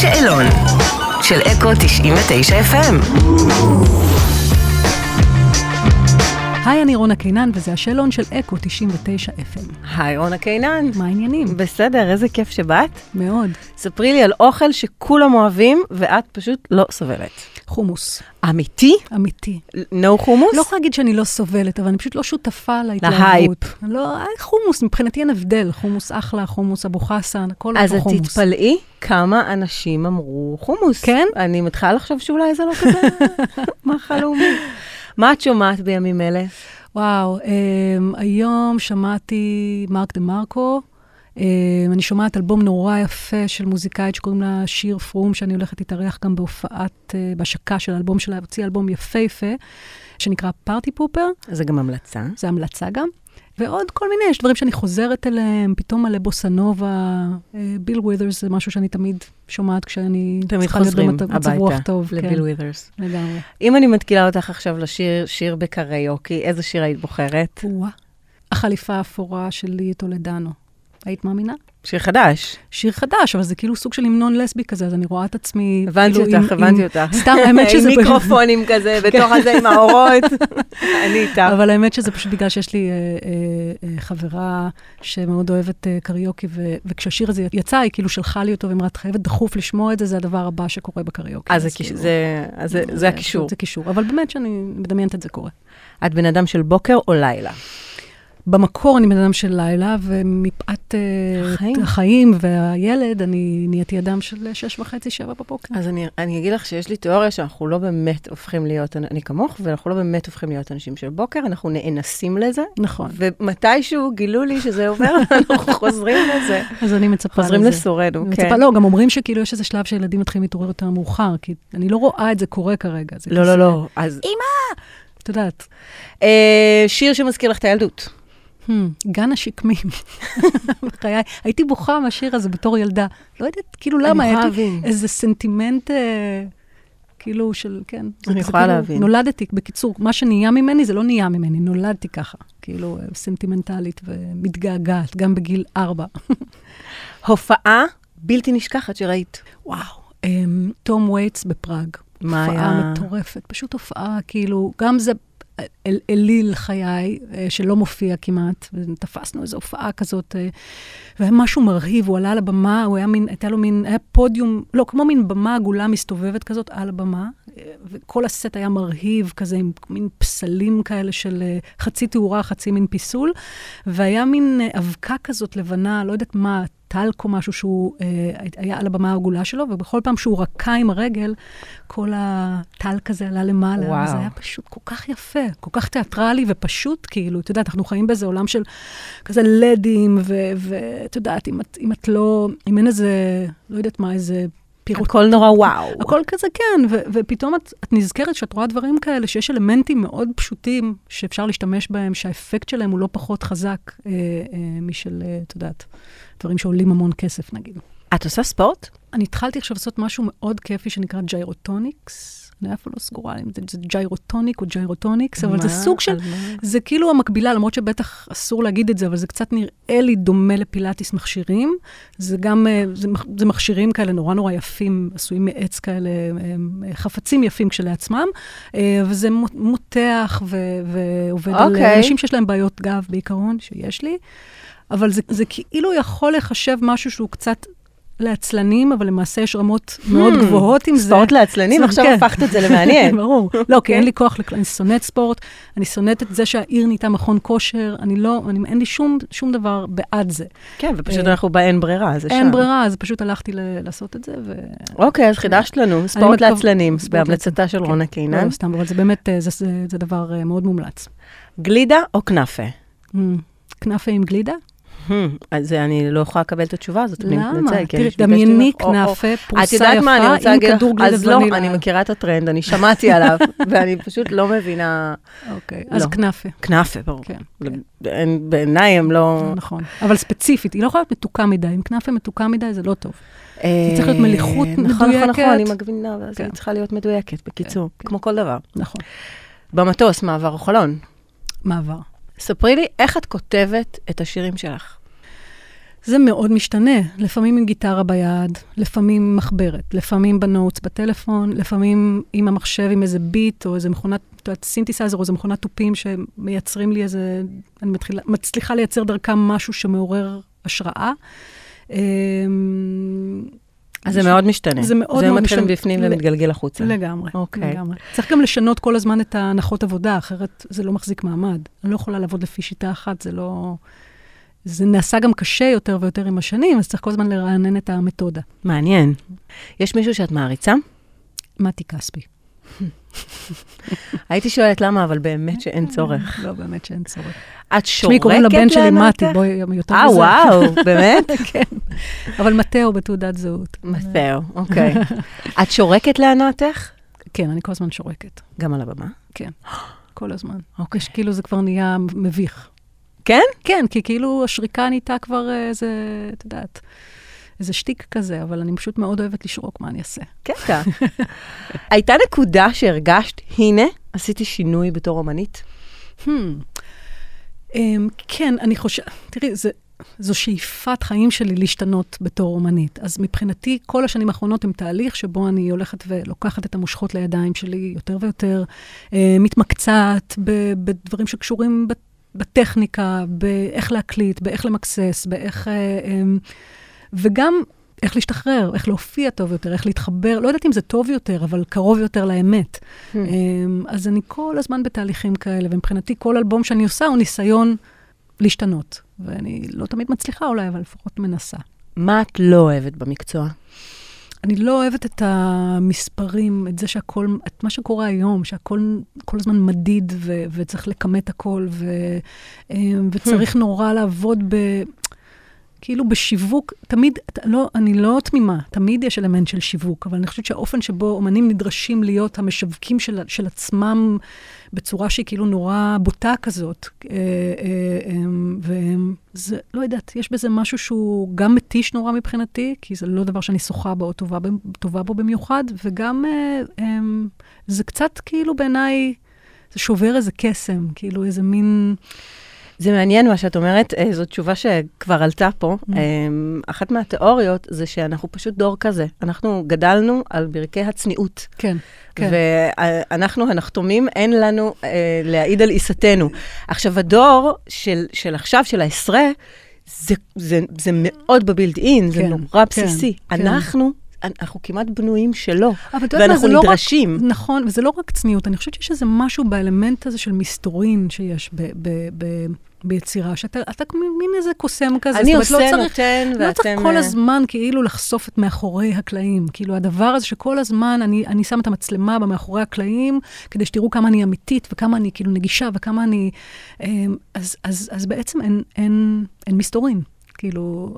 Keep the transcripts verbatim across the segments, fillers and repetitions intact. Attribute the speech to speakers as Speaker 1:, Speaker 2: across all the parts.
Speaker 1: השאלון של אקו תשעים ותשע אף אם.
Speaker 2: היי, אני רונה קינן, וזה השאלון של אקו תשעים ותשע אף אם.
Speaker 3: היי, רונה קינן.
Speaker 2: מה העניינים?
Speaker 3: בסדר, איזה כיף שבאת.
Speaker 2: מאוד.
Speaker 3: ספרי לי על אוכל שכולם אוהבים, ואת פשוט לא סובלת.
Speaker 2: חומוס.
Speaker 3: אמיתי?
Speaker 2: אמיתי.
Speaker 3: נו חומוס?
Speaker 2: לא יכולה להגיד שאני לא סובלת, אבל אני פשוט לא שותפה להתלהבות.
Speaker 3: להייפ.
Speaker 2: לא, חומוס, מבחינתי אין הבדל. חומוס אחלה, חומוס אבו חסן, הכל אותו חומוס.
Speaker 3: אז את תתפלאי כמה אנשים אמרו חומוס.
Speaker 2: כן?
Speaker 3: אני מתחילה לחשוב שאולי זה לא כזה מה חלומי. מה את שומעת בימים אלה?
Speaker 2: וואו, um, היום שמעתי מרק דה מרקו, um, אני שומעת אלבום נורא יפה של מוזיקאית שקוראים לה שיר פרום, שאני הולכת להתארח גם בהופעת, uh, בהשקה של האלבום שלה, הוציא אלבום יפה יפה, שנקרא פארטי פופר.
Speaker 3: זה גם המלצה.
Speaker 2: זה המלצה גם. ועוד כל מיני, יש דברים שאני חוזרת אליהם, פתאום מלא בוסנובה, ביל ווית'רס, זה משהו שאני תמיד שומעת כשאני
Speaker 3: תמיד חוזרים
Speaker 2: הביתה
Speaker 3: לביל ווית'רס.
Speaker 2: לגמרי.
Speaker 3: אם אני מתקילה אותך עכשיו לשיר, שיר בקריוקי, איזה שיר היית בוחרת?
Speaker 2: וואה. החליפה האפורה שלי טולדנו. היית מאמינה?
Speaker 3: שיר חדש.
Speaker 2: שיר חדש, אבל זה כאילו סוג של המנון לסבי כזה, אז אני רואה את עצמי...
Speaker 3: הבנתי אותך, הבנתי אותך.
Speaker 2: סתם, האמת שזה...
Speaker 3: עם מיקרופונים כזה, בתוך הזה עם האורות. אני איתך.
Speaker 2: אבל האמת שזה פשוט בגלל שיש לי חברה שמאוד אוהבת קריוקי, וכשהשיר הזה יצא, היא כאילו שלחה לי אותו, ואמרה, את חייבת דחוף לשמוע את זה, זה הדבר הבא שקורה בקריוקי.
Speaker 3: אז זה הקישור.
Speaker 2: זה קישור, אבל באמת שאני מדמיינת את זה קורה.
Speaker 3: את בן אדם של בוקר או לילה?
Speaker 2: במקור אני בן אדם של לילה, ומפאת החיים. החיים והילד, אני נהייתי אדם של שש וחצי, שבע בבוקר.
Speaker 3: אז אני, אני אגיד לך שיש לי תיאוריה שאנחנו לא באמת הופכים להיות, אני כמוך, ואנחנו לא באמת הופכים להיות אנשים של בוקר, אנחנו נאנסים לזה.
Speaker 2: נכון.
Speaker 3: ומתישהו גילו לי שזה עובר, אנחנו חוזרים לזה.
Speaker 2: אז אני מצפה
Speaker 3: חוזרים
Speaker 2: לזה.
Speaker 3: לסורנו,
Speaker 2: מצפה,
Speaker 3: כן.
Speaker 2: לא, גם אומרים שכאילו יש איזה שלב שילדים מתחילים להתעורר יותר מאוחר, כי אני לא רואה את זה קורה כרגע. זה
Speaker 3: לא,
Speaker 2: כזה...
Speaker 3: לא, לא. אז...
Speaker 2: אמא! את יודעת.
Speaker 3: אה, שיר שמזכיר לך את הילדות.
Speaker 2: Hmm, גן השקמים. בחיי. הייתי בוכה מהשיר הזה בתור ילדה. לא יודעת, כאילו למה, היה לי איזה סנטימנט, אה, כאילו של, כן.
Speaker 3: אני יכולה להבין.
Speaker 2: נולדתי, בקיצור, מה שנהיה ממני, זה לא נהיה ממני, נולדתי ככה. כאילו, סנטימנטלית ומתגעגעת, גם בגיל ארבע.
Speaker 3: הופעה בלתי נשכחת שראית.
Speaker 2: וואו, תום וייטס בפראג.
Speaker 3: מה היה?
Speaker 2: הופעה מטורפת, פשוט הופעה, כאילו, גם זה... אל, אליל חיי, שלא מופיע כמעט, ותפסנו איזו הופעה כזאת, והיה משהו מרהיב, הוא עלה על הבמה, הוא היה מין, הייתה לו מין, היה פודיום, לא, כמו מין במה עגולה מסתובבת כזאת על הבמה, וכל הסט היה מרהיב כזה, עם מין פסלים כאלה של חצי תאורה, חצי מין פיסול, והיה מין אבקה כזאת לבנה, לא יודעת מה, טלק או משהו שהוא אה, היה על הבמה העגולה שלו, ובכל פעם שהוא רקע עם הרגל, כל הטלק הזה עלה למעלה. וואו. זה היה פשוט כל כך יפה, כל כך תיאטרלי ופשוט, כאילו, אתה יודעת, אנחנו חיים באיזה עולם של כזה לדים, ואתה יודעת, אם את, אם את לא, אם אין איזה, לא יודעת מה, איזה פירוט.
Speaker 3: הכל נורא וואו.
Speaker 2: הכל כזה כן, ו- ופתאום את, את נזכרת שאת רואה דברים כאלה, שיש אלמנטים מאוד פשוטים, שאפשר להשתמש בהם, שהאפקט שלהם הוא לא פחות חזק אה, אה, משל, אה, אתה יודעת, דברים שעולים המון כסף, נגיד.
Speaker 3: את עושה ספורט?
Speaker 2: אני התחלתי עכשיו לעשות משהו מאוד כיפי שנקרא ג'יירוטוניקס. אני אף לא סגורה אם זה ג'יירוטוניק או ג'יירוטוניקס, אבל זה סוג של, זה כאילו המקבילה, למרות שבטח אסור להגיד את זה, אבל זה קצת נראה לי דומה לפילאטיס מכשירים. זה גם, זה, זה מכשירים כאלה נורא נורא יפים, עשויים מעץ כאלה, חפצים יפים כשלעצמם, וזה מותח ועובד על אנשים שיש להם בעיות גב בעיקרון, שיש לי. אבל זה, זה כאילו יכול לחשב משהו שהוא קצת לעצלנים, אבל למעשה יש רמות מאוד גבוהות עם זה.
Speaker 3: ספורט לעצלנים, עכשיו הפכת את זה למעניין.
Speaker 2: ברור. לא, כי אין לי כוח, אני שונאת ספורט, אני שונאת את זה שהעיר נהייתה מכון כושר, אני לא, אין לי שום דבר בעד זה.
Speaker 3: כן, ופשוט אנחנו באין ברירה, זה שם.
Speaker 2: אין ברירה, אז פשוט הלכתי לעשות את זה.
Speaker 3: אוקיי, אז חידשת לנו, ספורט לעצלנים, בהמלצתה של רונה קינן.
Speaker 2: לא, סתם, אבל זה באמת, זה דבר מאוד מומלץ.
Speaker 3: גלידה או כנאפה?
Speaker 2: כנאפה עם גלידה?
Speaker 3: אז אני לא יכולה לקבל את התשובה הזאת.
Speaker 2: למה? תראי, דמייני כנאפה, פרוסה יפה, עם כדור גלידה
Speaker 3: אז לא, אני מכירה את הטרנד, אני שמעתי עליו, ואני פשוט לא מבינה.
Speaker 2: אוקיי, אז כנאפה.
Speaker 3: כנאפה, ברור. בעיניי הם לא...
Speaker 2: נכון, אבל ספציפית, היא לא יכולה להיות מתוקה מדי. אם כנאפה מתוקה מדי, זה לא טוב. היא צריכה להיות מליחות מדויקת.
Speaker 3: נכון, נכון, נכון, אני מגבינה, אז היא צריכה להיות מדויקת, בקיצור, כמו כל דבר.
Speaker 2: נכון.
Speaker 3: במטוס, מעבר או חלון?
Speaker 2: מעבר.
Speaker 3: ספרי לי איך את כותבת את השירים שלך.
Speaker 2: זה מאוד משתנה. לפעמים עם גיטרה ביד, לפעמים עם מחברת, לפעמים בנוטס, בטלפון, לפעמים עם המחשב, עם איזה ביט, או איזה מכונת, סינתסייזר, או איזה מכונת טופים שמייצרים לי איזה, אני מתחילה, מצליחה לייצר דרכם משהו שמעורר השראה.
Speaker 3: אז זה מאוד משתנה.
Speaker 2: זה מאוד מאוד
Speaker 3: מתחיל בפנים ומתגלגל החוצה.
Speaker 2: לגמרי, לגמרי. צריך גם לשנות כל הזמן את ההנחות עבודה, אחרת זה לא מחזיק מעמד. אני לא יכולה לעבוד לפי שיטה אחת, זה לא... זה נעשה גם קשה יותר ויותר עם השנים, אז צריך כל הזמן לרענן את המתודה.
Speaker 3: מעניין. יש מישהו שאת מעריצה?
Speaker 2: מתי כספי.
Speaker 3: הייתי שואלת למה, אבל באמת שאין צורך.
Speaker 2: לא, באמת שאין צורך.
Speaker 3: את שורקת
Speaker 2: שמי, קוראים לבן שלי מתי, בואי, יותר בזה.
Speaker 3: אה, וואו, באמת?
Speaker 2: כן. אבל מתאו בתעודת זהות.
Speaker 3: מתאו, אוקיי. את שורקת לענתך?
Speaker 2: כן, אני כל הזמן שורקת.
Speaker 3: גם על הבמה?
Speaker 2: כן, כל הזמן. אוקיי. כאילו זה כבר נהיה מביך.
Speaker 3: כן?
Speaker 2: כן, כי כאילו השריקה נהייתה כבר איזה, את יודעת, איזה שטיק כזה, אבל אני פשוט מאוד אוהבת לשרוק, מה אני אעשה?
Speaker 3: קטע. הייתה נקודה שהרגשת, הנה, עשיתי שינוי בתור אומנית?
Speaker 2: כן, אני חושבת, תראי, זו שאיפת חיים שלי להשתנות בתור אומנית. אז מבחינתי, כל השנים האחרונות הם תהליך שבו אני הולכת ולוקחת את המושכות לידיים שלי יותר ויותר, מתמקצעת בדברים שקשורים בטכניקה, באיך להקליט, באיך למקסס, באיך... וגם איך להשתחרר, איך להופיע טוב יותר, איך להתחבר. לא יודעת אם זה טוב יותר, אבל קרוב יותר לאמת. אז אני כל הזמן בתהליכים כאלה, ומבחינתי כל אלבום שאני עושה הוא ניסיון להשתנות. ואני לא תמיד מצליחה אולי, אבל לפחות מנסה.
Speaker 3: מה את לא אוהבת במקצוע?
Speaker 2: אני לא אוהבת את המספרים, את זה שהכל, את מה שקורה היום, שהכל כל הזמן מדיד, ו- וצריך לקמת הכל, ו- וצריך נורא לעבוד ב... כאילו בשיווק, תמיד, לא, אני לא תמימה, תמיד יש אלמנט של שיווק, אבל אני חושבת שהאופן שבו אומנים נדרשים להיות המשווקים של, של עצמם, בצורה שהיא כאילו נורא בוטה כזאת, וזה, לא יודעת, יש בזה משהו שהוא גם מתיש נורא מבחינתי, כי זה לא דבר שאני שוחה בו או טובה, טובה בו במיוחד, וגם זה קצת כאילו בעיניי, זה שובר איזה קסם, כאילו איזה מין...
Speaker 3: זה מעניין מה שאת אומרת, זו תשובה שכבר עלתה פה. אחת מהתיאוריות זה שאנחנו פשוט דור כזה. אנחנו גדלנו על ברכי הצניעות.
Speaker 2: כן, כן.
Speaker 3: ואנחנו הנחתומים, אין לנו להעיד על עיסתנו. עכשיו, הדור של, של עכשיו, של העשרה, זה, זה, זה מאוד בבילד אין, זה נורא בסיסי. אנחנו... אנחנו כמעט בנויים שלו, ואנחנו נדרשים.
Speaker 2: רק, נכון, וזה לא רק צניעות, אני חושבת שיש איזה משהו באלמנט הזה של מסתורין שיש ב, ב, ב, ביצירה, שאתה אתה מין איזה קוסם כזה.
Speaker 3: אני עושה,
Speaker 2: לא צריך,
Speaker 3: נותן,
Speaker 2: לא
Speaker 3: ואתם...
Speaker 2: צריך כל הזמן כאילו לחשוף את מאחורי הקלעים. כאילו הדבר הזה שכל הזמן אני, אני שם את המצלמה במאחורי הקלעים, כדי שתראו כמה אני אמיתית, וכמה אני כאילו נגישה, וכמה אני... אז, אז, אז בעצם אין, אין, אין מסתורין. כאילו,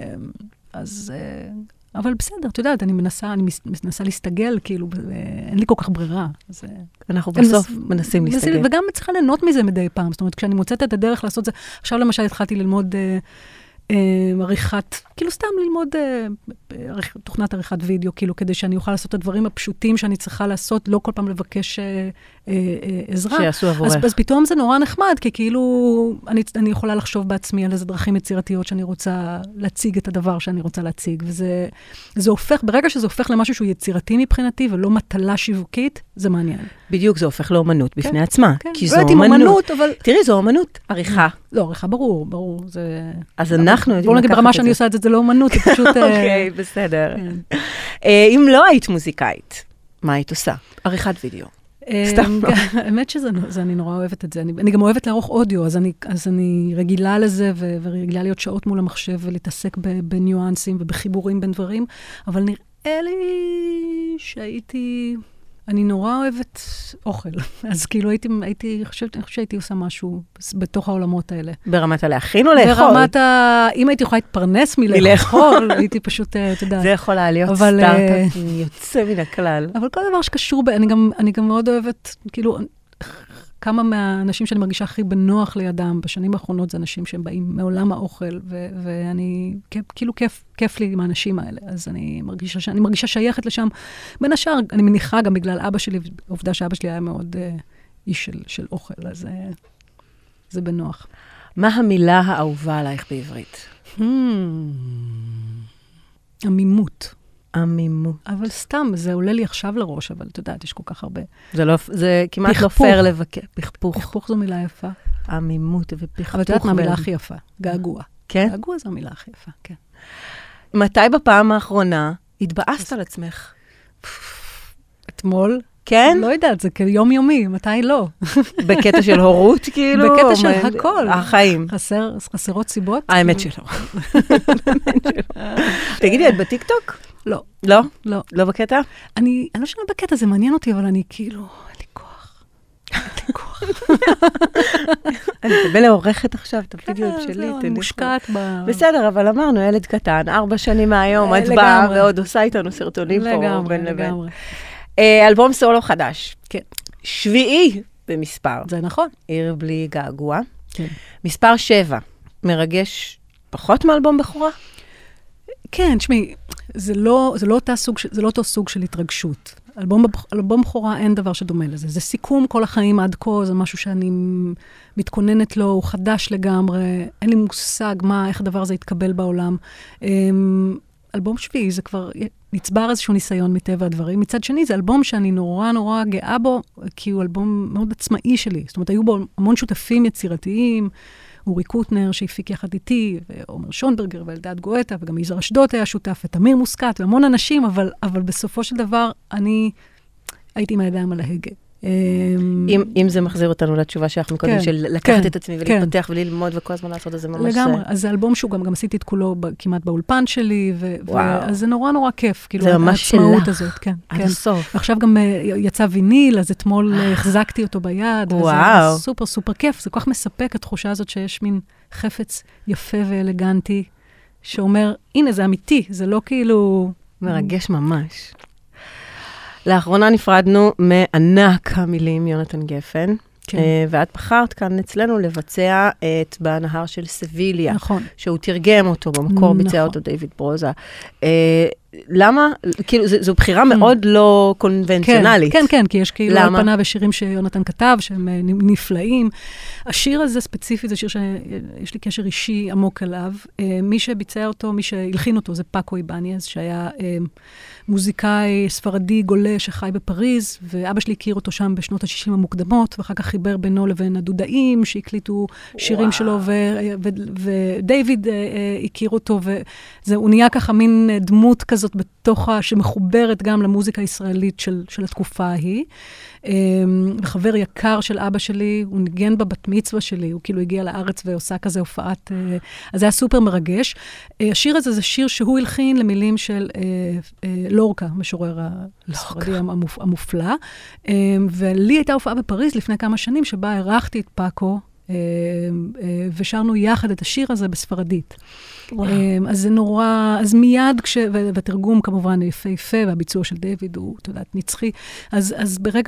Speaker 2: אז... אבל בסדר, את יודעת, אני מנסה, אני מנסה להסתגל, כאילו, אין לי כל כך ברירה. אז,
Speaker 3: אנחנו בסוף מנס, מנסים להסתגל.
Speaker 2: וגם צריכה ליהנות מזה מדי פעם. זאת אומרת, כשאני מוצאת את הדרך לעשות זה, עכשיו למשל התחלתי ללמוד אה, אה, עריכת, כאילו סתם ללמוד אה, עריכ, תוכנת עריכת וידאו, כאילו, כדי שאני אוכל לעשות את הדברים הפשוטים שאני צריכה לעשות, לא כל פעם לבקש אה, אה, אה, עזרה.
Speaker 3: שיעשו עבורך.
Speaker 2: אז, אז פתאום זה נורא נחמד, כי כאילו, אני, אני יכולה לחשוב בעצמי על איזה דרכים יצירתיות שאני רוצה להציג את הדבר שאני רוצה להציג, וזה זה הופך, ברגע שזה הופך למשהו שהוא יצירתי מבחינתי, ולא מטלה שיווקית, זה מעניין.
Speaker 3: בדיוק, זה הופך לאומנות בפני עצמה.
Speaker 2: כן,
Speaker 3: כי זו אומנות, אבל... תראי, זו אומנות, עריכה.
Speaker 2: לא, עריכה, ברור, ברור. זה...
Speaker 3: אז אנחנו...
Speaker 2: בואו נגיד, ברמה שאני עושה את זה, זה לא אומנות, זה פשוט...
Speaker 3: אוקיי, בסדר. אם לא היית מוזיקאית, מה היית עושה? עריכת וידאו. סתם לא.
Speaker 2: האמת שאני נורא אוהבת את זה. אני גם אוהבת לערוך אודיו, אז אני רגילה לזה, ורגילה להיות שעות מול המחשב, ולהתעסק בניואנסים ובחיבורים בין דברים, אבל נראה לי שהייתי... אני נורא אוהבת אוכל. אז כאילו הייתי, הייתי, חושבת, אני חושבת שהייתי עושה משהו בתוך העולמות האלה.
Speaker 3: ברמת הלהכין או לאכול?
Speaker 2: ברמת ה... אם הייתי יכולה להתפרנס מלאכול, הייתי פשוט, אתה יודע.
Speaker 3: זה יכולה להיות סטארט-אפ יוצא מן הכלל.
Speaker 2: אבל כל דבר שקשור, ב... אני גם, אני גם מאוד אוהבת, כאילו, כמה מהאנשים שאני מרגישה הכי בנוח לידם בשנים האחרונות, זה אנשים שהם באים מעולם האוכל, ו- ואני, כאילו כיף, כיף לי עם האנשים האלה, אז אני מרגישה, אני מרגישה שייכת לשם. בין השאר, אני מניחה גם בגלל אבא שלי, העובדה שאבא שלי היה מאוד uh, איש של, של אוכל, אז uh, זה בנוח.
Speaker 3: מה המילה האהובה עלייך בעברית?
Speaker 2: עמימות.
Speaker 3: עמימות.
Speaker 2: אבל סתם, זה עולה לי עכשיו לראש, אבל את יודעת, יש כל כך הרבה.
Speaker 3: זה, לא, זה כמעט לא פייר לבקר. פכפוך.
Speaker 2: פכפוך זו מילה יפה.
Speaker 3: עמימות ופכפוך.
Speaker 2: אבל את יודעת מה המילה הכי יפה? געגוע.
Speaker 3: כן?
Speaker 2: געגוע זו המילה הכי יפה, כן.
Speaker 3: מתי בפעם האחרונה התבאסת על עצמך?
Speaker 2: אתמול?
Speaker 3: כן?
Speaker 2: לא יודעת, זה כיום-יומי, מתי לא?
Speaker 3: בקטע של הורות, כאילו?
Speaker 2: בקטע של הכל.
Speaker 3: החיים.
Speaker 2: חסרות סיבות?
Speaker 3: האמת שלא. תגידי, את בטיקטוק?
Speaker 2: לא.
Speaker 3: לא?
Speaker 2: לא.
Speaker 3: לא בקטע?
Speaker 2: אני לא שומעת בקטע, זה מעניין אותי, אבל אני כאילו, אין לי כוח. אין לי כוח.
Speaker 3: אני אקבל לעורכת עכשיו את הווידאו שלי.
Speaker 2: אני מושקעת ב...
Speaker 3: בסדר, אבל אמרנו, ילד קטן, ארבע שנים מהיום, את באה ועוד עושה איתנו סרטונים פה.
Speaker 2: לגמרי, לגמרי.
Speaker 3: אלבום סולו חדש.
Speaker 2: כן.
Speaker 3: שביעי במספר.
Speaker 2: זה נכון.
Speaker 3: עיר בלי געגוע.
Speaker 2: כן. מספר
Speaker 3: שבע. מרגש פחות מאלבום בכורה?
Speaker 2: כן, תשמעי, זה לא, זה לא אותה סוג, זה לא אותו סוג של התרגשות. אלבום, אלבום בכורה אין דבר שדומה לזה. זה סיכום כל החיים עד כה, זה משהו שאני מתכוננת לו, הוא חדש לגמרי, אין לי מושג מה, איך הדבר הזה יתקבל בעולם. אלבום שביעי זה כבר נצבר איזשהו ניסיון מטבע הדברים. מצד שני, זה אלבום שאני נורא נורא גאה בו, כי הוא אלבום מאוד עצמאי שלי. זאת אומרת, היו בו המון שותפים יצירתיים, אורי קוטנר שהפיק יחד איתי, ועומר שונברגר ואלדד גואטה, וגם יזהר אשדות היה שותף, ותמיר מוסקת, והמון אנשים, אבל, אבל בסופו של דבר, אני הייתי עם הידיים על ההגה.
Speaker 3: אם, אם זה מחזיר אותנו לתשובה שאנחנו מקודם,
Speaker 2: כן,
Speaker 3: של לקחת
Speaker 2: כן,
Speaker 3: את עצמי ולהתפתח
Speaker 2: כן.
Speaker 3: וללמוד וכל הזמן לעשות את זה ממש...
Speaker 2: לגמרי, אז זה אלבום שהוא גם, גם עשיתי את כולו ב, כמעט באולפן שלי, ו, ו, אז זה נורא נורא כיף, כאילו,
Speaker 3: זה ממש שלך,
Speaker 2: הזאת, כן,
Speaker 3: עד
Speaker 2: כן.
Speaker 3: הסוף.
Speaker 2: עכשיו גם יצא ויניל, אז אתמול החזקתי אותו ביד,
Speaker 3: וואו.
Speaker 2: וזה סופר סופר כיף, זה כל כך מספק התחושה הזאת שיש מין חפץ יפה ואלגנטי, שאומר, הנה, זה אמיתי, זה לא כאילו...
Speaker 3: מרגש ממש. לאחרונה נפרדנו מענק המילים יונתן גפן, כן. ואת בחרת כאן אצלנו לבצע את בנהר של סביליה,
Speaker 2: נכון.
Speaker 3: שהוא תרגם אותו במקור, נכון. ביצע אותו דיוויד ברוזה. למה? כאילו, זו בחירה מאוד לא קונבנציונלית.
Speaker 2: כן, כן, כן, כי יש כאילו על פניו ושירים שיונתן כתב, שהם נפלאים. השיר הזה ספציפית, זה שיר שיש לי קשר אישי עמוק אליו. מי שביצע אותו, מי שהלחין אותו, זה פאקו איבניאז, שהיה מוזיקאי ספרדי גולה שחי בפריז, ואבא שלי הכיר אותו שם בשנות ה-שישים המוקדמות, ואחר כך חיבר בינו לבין הדודאים, שהקליטו שירים וואו. שלו, ודייוויד הכיר אותו, והוא נהיה ככה מין דמות כזאת בתוך, שמחוברת גם למוזיקה הישראלית של, של התקופה ההיא. וחבר יקר של אבא שלי, הוא ניגן בבת מצווה שלי, הוא כאילו הגיע לארץ ועושה כזה הופעת, אז זה היה סופר מרגש. השיר הזה זה שיר שהוא הלחין למילים של לורקה, משורר הספרדי המופלא, ולי הייתה הופעה בפריז לפני כמה שנים, שבה ערכתי את פאקו, ושרנו יחד את השיר הזה בספרדית. וואו. אז זה נורא, אז מיד, כש, והתרגום כמובן יפה יפה, והביצוע של דיוויד הוא, אתה יודעת, נצחי. אז, אז ברגע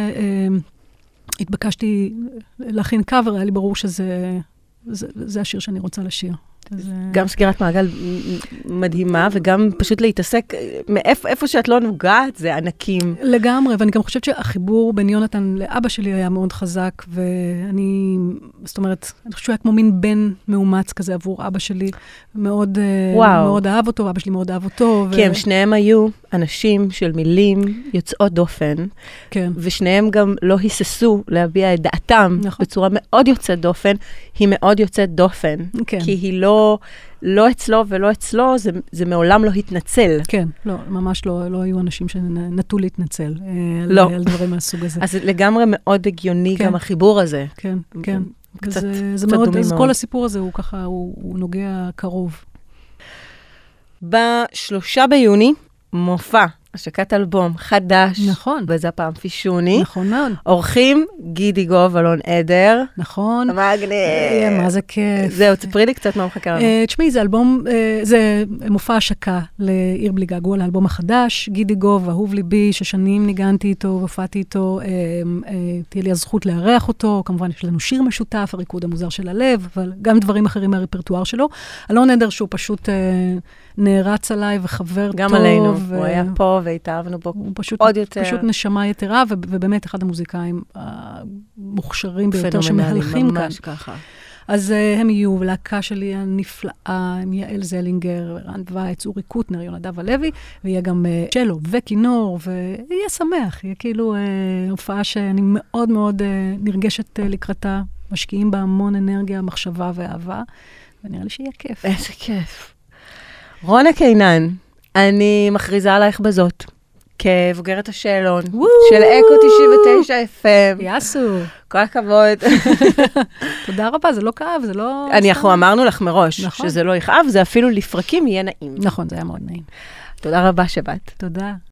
Speaker 2: שהתבקשתי להכין קאבר, היה לי ברור שזה זה, זה השיר שאני רוצה לשיר.
Speaker 3: גם סגירת מעגל מדהימה, וגם פשוט להתעסק, מאיפה שאת לא נוגעת, זה ענקים.
Speaker 2: לגמרי, ואני גם חושבת שהחיבור בין יונתן לאבא שלי היה מאוד חזק, ואני, זאת אומרת, אני חושבת שהוא היה כמו מין בן מאומץ כזה עבור אבא שלי, מאוד, מאוד אהב אותו, אבא שלי מאוד אהב אותו.
Speaker 3: כי הם שניהם היו אנשים של מילים יוצאות דופן,
Speaker 2: כן.
Speaker 3: ושניהם גם לא היססו להביע את דעתם בצורה מאוד יוצאת דופן, היא מאוד יוצאת דופן, כן. כי היא לא, לא אצלו ולא אצלו, זה, זה מעולם לא התנצל.
Speaker 2: כן, לא, ממש לא, לא היו אנשים שנטו להתנצל לא. על, על דברים מהסוג הזה.
Speaker 3: אז לגמרי מאוד הגיוני כן. גם החיבור הזה.
Speaker 2: כן, כן.
Speaker 3: קצת,
Speaker 2: זה,
Speaker 3: קצת
Speaker 2: זה מאוד,
Speaker 3: דומים
Speaker 2: אז
Speaker 3: מאוד.
Speaker 2: כל הסיפור הזה הוא ככה, הוא, הוא נוגע קרוב.
Speaker 3: בשלושה ביוני, מופע, השקת אלבום חדש.
Speaker 2: נכון.
Speaker 3: וזה הפעם פישוני.
Speaker 2: נכון מאוד.
Speaker 3: אורחים, גידי גוב, אלון עדר.
Speaker 2: נכון.
Speaker 3: מגניב.
Speaker 2: מה זה כיף.
Speaker 3: זהו, תספרי לי קצת מה מחכה לנו.
Speaker 2: תשמעי, זה אלבום, זה מופע השקה לעיר בלי געגוע, לאלבום החדש. גידי גוב, אהוב ליבי, ששנים ניגנתי איתו, והופעתי איתו, תהיה לי הזכות לארח אותו. כמובן, יש לנו שיר משותף, הריקוד המוזר של הלב, אבל גם דברים אחרים מהרפרטואר שלו. אלון עדר, שהוא פשוט נערץ עליי וחבר טוב.
Speaker 3: גם עלינו, הוא היה פה והתאהבנו בו עוד יותר.
Speaker 2: פשוט נשמה יתרה, ובאמת אחד המוזיקאים המוכשרים ביותר שמהלכים כאן.
Speaker 3: ממש ככה.
Speaker 2: אז uh, הם יהיו, להקה שלי הנפלאה, הם יעל זלינגר, רן וייץ, אורי קוטנר, יונדב הלוי, ויהיה גם uh, שלו וכינור, ויהיה שמח, יהיה כאילו uh, הופעה שאני מאוד מאוד uh, נרגשת uh, לקראתה, משקיעים בה המון אנרגיה, מחשבה ואהבה, ונראה לי שיהיה כיף.
Speaker 3: איזה כיף. רונה קינן, אני מכריזה עלייך בזאת, כבוגרת השאלון, של אקו תשעים ותשע אף אם.
Speaker 2: יאסו.
Speaker 3: כל הכבוד.
Speaker 2: תודה רבה, זה לא כאב, זה לא...
Speaker 3: אנחנו אמרנו לך מראש, שזה לא יכאב, זה אפילו לפרקים יהיה נעים.
Speaker 2: נכון, זה היה מאוד נעים.
Speaker 3: תודה רבה שבאת.
Speaker 2: תודה.